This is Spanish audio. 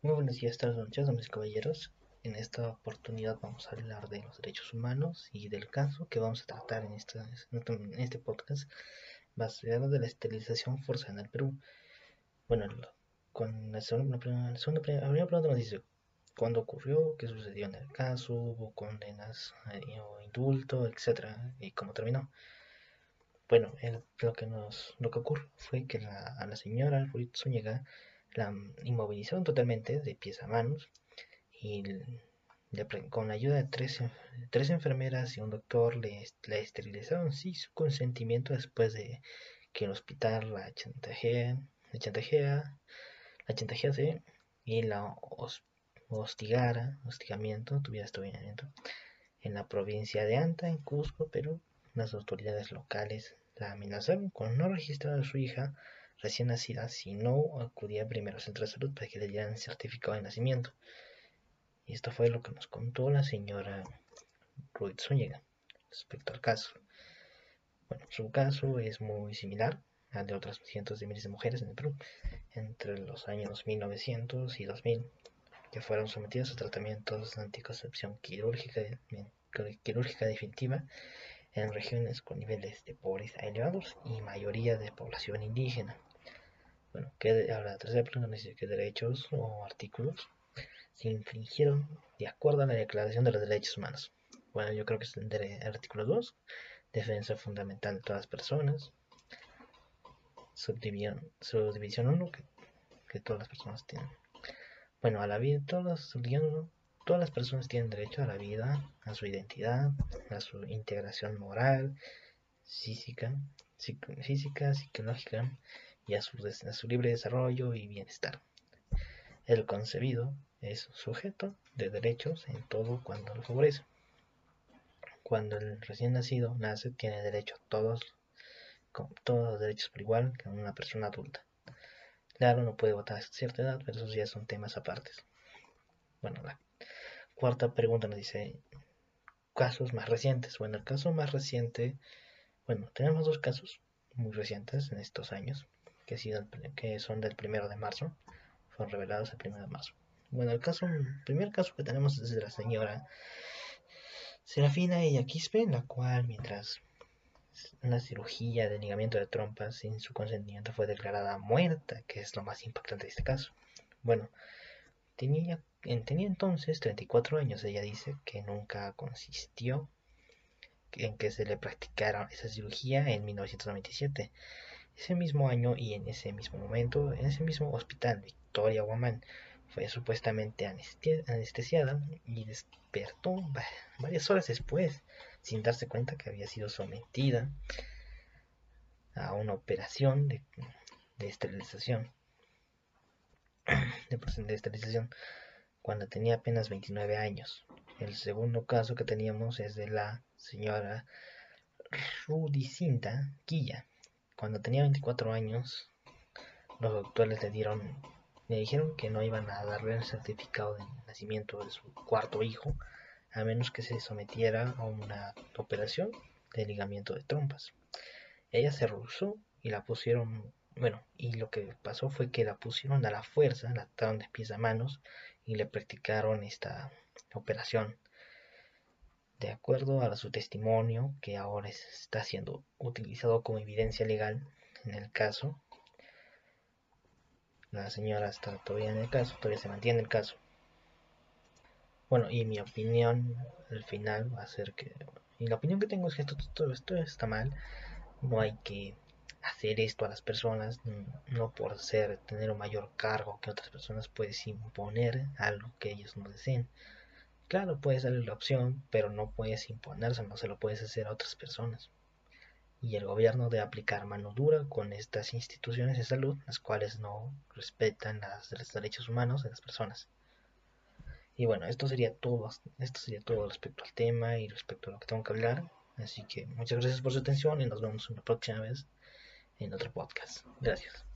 Muy buenos días, tardes, noches, damas y caballeros. En esta oportunidad vamos a hablar de los derechos humanos y del caso que vamos a tratar en este podcast, basado de la esterilización forzada en el Perú. Bueno, con la primera pregunta nos dice cuándo ocurrió, qué sucedió en el caso, hubo condenas o indulto, etcétera, y cómo terminó. Bueno, lo que ocurrió fue que a la señora Ruiz Zúñiga la inmovilizaron totalmente de pies a manos y con la ayuda de tres enfermeras y un doctor la esterilizaron sin su consentimiento después de que el hospital la chantajease y tuviera hostigamiento en la provincia de Anta, en Cusco, Perú. Las autoridades locales la amenazaron con no registrar a su hija recién nacida si no acudía primero al centro de salud para que le dieran certificado de nacimiento. Y esto fue lo que nos contó la señora Ruiz Zúñiga respecto al caso. Bueno, su caso es muy similar al de otras cientos de miles de mujeres en el Perú entre los años 1900 y 2000 que fueron sometidas a tratamientos de anticoncepción quirúrgica definitiva en regiones con niveles de pobreza elevados y mayoría de población indígena. Bueno, ahora la tercera pregunta nos dice qué derechos o artículos se infringieron de acuerdo a la Declaración de los Derechos Humanos. Bueno, yo creo que es el artículo 2, defensa fundamental de todas las personas. Subdivisión 1, que todas las personas tienen. Bueno, a la vida, todas las personas tienen derecho a la vida, a su identidad, a su integración moral, física, psicológica y a su libre desarrollo y bienestar. El concebido es sujeto de derechos en todo cuanto lo favorece. Cuando el recién nacido nace, tiene derecho a con todos los derechos por igual que una persona adulta. Claro, no puede votar a cierta edad, pero esos ya son temas apartes. Bueno, la cuarta pregunta nos dice casos más recientes. Bueno, el caso más reciente, bueno, tenemos dos casos muy recientes en estos años, que son del 1 de marzo, fueron revelados el 1 de marzo. Bueno, el primer caso que tenemos es de la señora Serafina Quispe, la cual mientras una cirugía de ligamiento de trompas sin su consentimiento fue declarada muerta, que es lo más impactante de este caso. Bueno, tenía entonces 34 años. Ella dice que nunca consistió en que se le practicara esa cirugía en 1997. Ese mismo año y en ese mismo momento, en ese mismo hospital, Victoria Guamán, fue supuestamente anestesiada y despertó varias horas después, sin darse cuenta que había sido sometida a una operación de esterilización, de esterilización, cuando tenía apenas 29 años. El segundo caso que teníamos es de la señora Rudicinta Quilla. Cuando tenía 24 años, los doctores le dijeron que no iban a darle el certificado de nacimiento de su cuarto hijo, a menos que se sometiera a una operación de ligamiento de trompas. Ella se rehusó y la pusieron, bueno, y lo que pasó fue que la pusieron a la fuerza, la ataron de pies a manos y le practicaron esta operación. De acuerdo a su testimonio, que ahora está siendo utilizado como evidencia legal en el caso, la señora está todavía en el caso, todavía se mantiene el caso. Bueno, y mi opinión al final va a ser que, y la opinión que tengo es que esto está mal. No hay que hacer esto a las personas, no por tener un mayor cargo que otras personas puedes imponer algo que ellos no deseen. Claro, puedes darle la opción, pero no puedes imponerse, no se lo puedes hacer a otras personas. Y el gobierno debe aplicar mano dura con estas instituciones de salud, las cuales no respetan los derechos humanos de las personas. Y bueno, esto sería todo respecto al tema y respecto a lo que tengo que hablar. Así que muchas gracias por su atención y nos vemos una próxima vez en otro podcast. Gracias.